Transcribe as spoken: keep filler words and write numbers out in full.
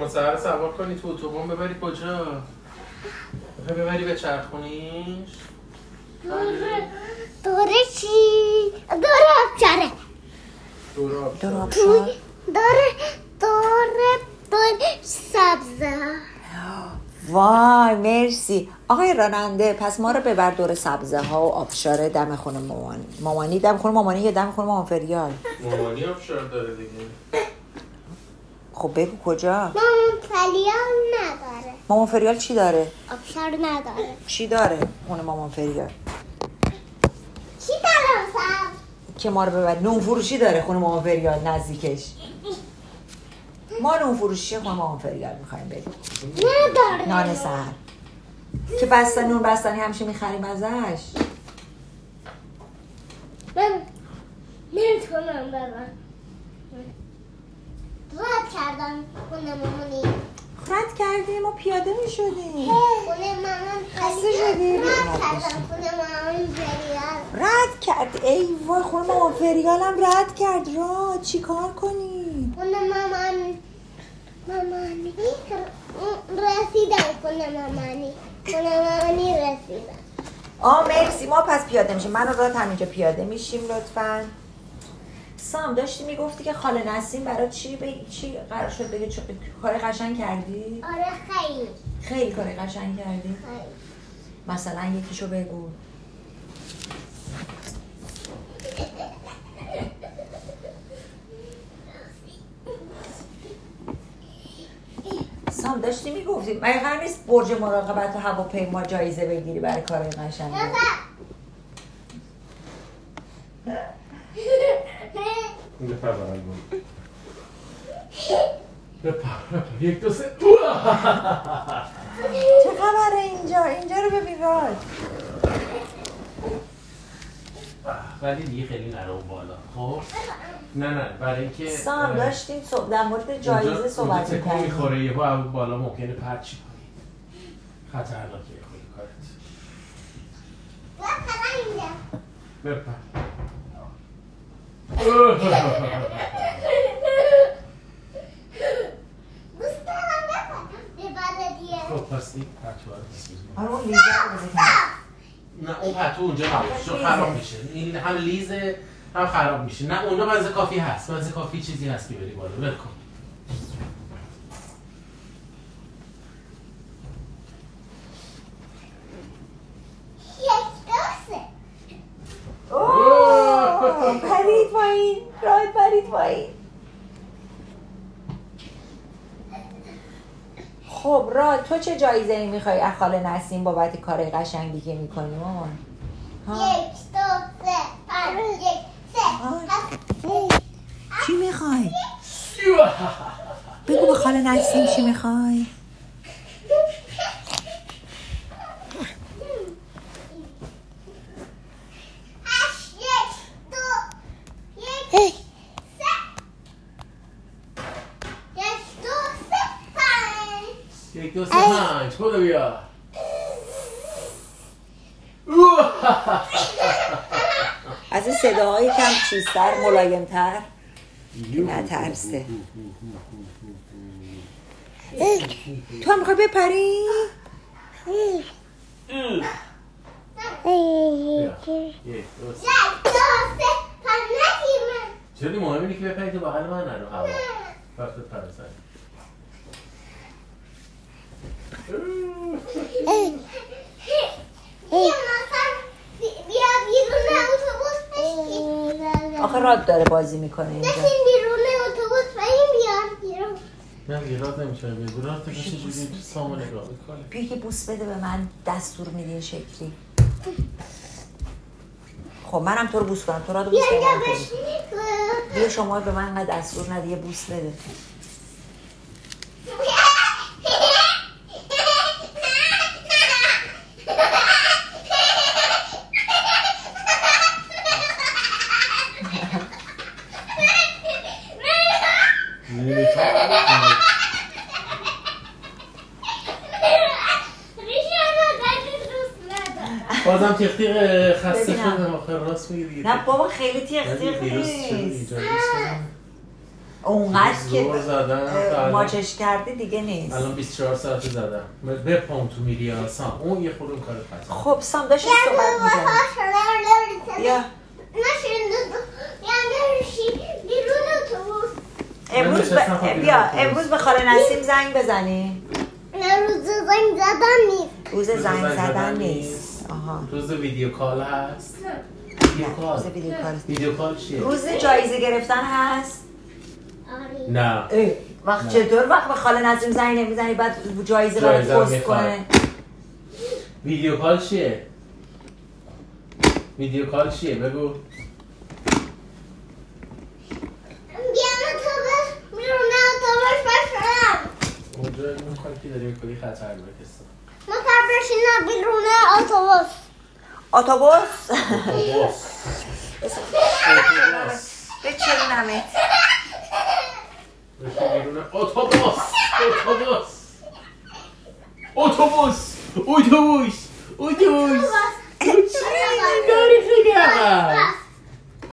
مامان سهر سوار کنی تو اتوبان ببری کجا؟ بخوای ببری به چرخونیش؟ دوره دوره چی؟ دوره آبشاره دوره آبشاره دوره آبشار دوره دوره دوره سبزه. وای مرسی آقای راننده. پس ما رو ببر دور سبزه ها و آبشاره دم خونه مامان. مامانی دم خونه مامانی یا دم خونه مامان فریال؟ مامانی آبشار داره دیگه. خب بگو کجا؟ مامان فریال نداره. مامان فریال چی داره؟ آبشار نداره. چی داره خونه مامان فریال؟ چی داره سبز؟ که ما رو ببر. نون فروشی داره خونه مامان فریال نزدیکش. ما نون فروشی خونه مامان فریال میخوایم بریم. نداره. نان سهر که بستنی نون بستنی همیشه میخریم ازش. من نمیتونم برم. رد کردم خونه مامانی. رد کردیم ما پیاده میشدیم. خونه مامان خسته شدیم. رد کردم خونه مامان فریال. رد کرد. ای وای خونه مامان فریال هم رد کرد. را چی کار کنیم؟ خونه مامان مامانی رسیدم. خونه مامانی خونه مامانی رسیدم. آه مرسی. ما پس پیاده میشیم. من و راد همینجا پیاده میشیم لطفاً. سام داشتی میگفتی که خاله نسیم برای چی به چی قرار شد بگه چه کار قشنگ کردی؟ آره خیلی خیلی کار قشنگ کردی. خیلی. مثلا یکیشو بگو. سام داشتی میگفتی مگه قرار نیست برج مراقبت و هواپیما جایزه بگیری برای کار قشنگ؟ بپر برای بود بپر بپر یک دو سه. چه خبره اینجا؟ اینجا رو ببین راد. ولی دیگه خیلی نره اون بالا. خب نه نه برای اینکه سام داشتیم صبح در مورد جایزه صحبت می‌کردیم. تکون می‌کردیم. میخوره یهو اون بالا ممکنه پرچی کنی. خطرناکه خیلی کارت. بپر اینجا. بپر. دوست دارم بپرم. بپر دیگه. خب پس این پتو رو بسیزیم. آره اون لیزه رو بزنیم. نه اون پتو اونجا نمیشه چون خراب میشه. این هم لیزه هم خراب میشه. نه اونجا بنز کافی هست. بنز کافی چیزی هست که بری بالا. ول کن. یک دو سه. اوه پرید پایین. راد پرید پایین. خب راد تو چه جایزه ای میخوای از خاله نسیم بابت کار قشنگی که میکنی مامان؟ یک دو سه پنج یک سه هفت. چی میخوای؟ بگو به خاله نسیم چی میخوای؟ هشت یک دو یک سه یک دو سه پنج. یک دو سه پنج خدا بیا. از این صداهای کم چیزتر ملایمتر نترسه. تو هم میخوای بپری؟ یک دو سه. یک دو سه پنج نگیرم. چرا مهم اینه که بپری تو بغل من نرو هوا. وقت پر سر. بیا مثلا بیا بیرون اتوبوس بشین. آخه راد داره بازی میکنه اینجا. بشین بیرون اتوبوس بشین بیا بیرون. من ایراد نمیتونه بیاد. راد میشه چجوری سامو نگاه میکنه. بیا یه بوس بده به من دستور میدی این شکلی. خب منم تو رو بوس کنم. تو رادو بوس بیا کنم. بیا بشین. بیا شما به من انقدر دستور ندی یه بوس بده. بازم تیغ تیغ خسته شدم آخر راست میگی دیگه. نه بابا خیلی تیغ تیغ نیست. اونقدر که زور زدم تا الان. ماچش کردی دیگه نیست. الان بیست و چهار ساعت زدم بپام تو میری ها سام اون یه خورده کار خطا. خب سام داشتی صحبت می‌کردی. یا امروز ب... بیا امروز به خاله نسیم زنگ بزنی. نه روز زنگ زدن نیست. روز زنگ زدن نیست. آها. روز ویدیو کال هست. ویدیو کال. روز ویدیو کال. ویدیو کال چیه؟ روز جایزه گرفتن هست. آره. نه. وقت چطور وقت به خاله نسیم زنگ نمیزنی بعد جایزه برات پست کنه؟ ویدیو کال چیه؟ ویدیو کال چیه؟ بگو. اونجا اون کاری که داری میکنی خطرناکه. ما بشینم بیرون اتوبوس. اتوبوس؟ اتوبوس. بچرونمت. بشین بیرون اتوبوس. اتوبوس. اتوبوس. اتوبوس. اتوبوس. چی داری خیلی عقب؟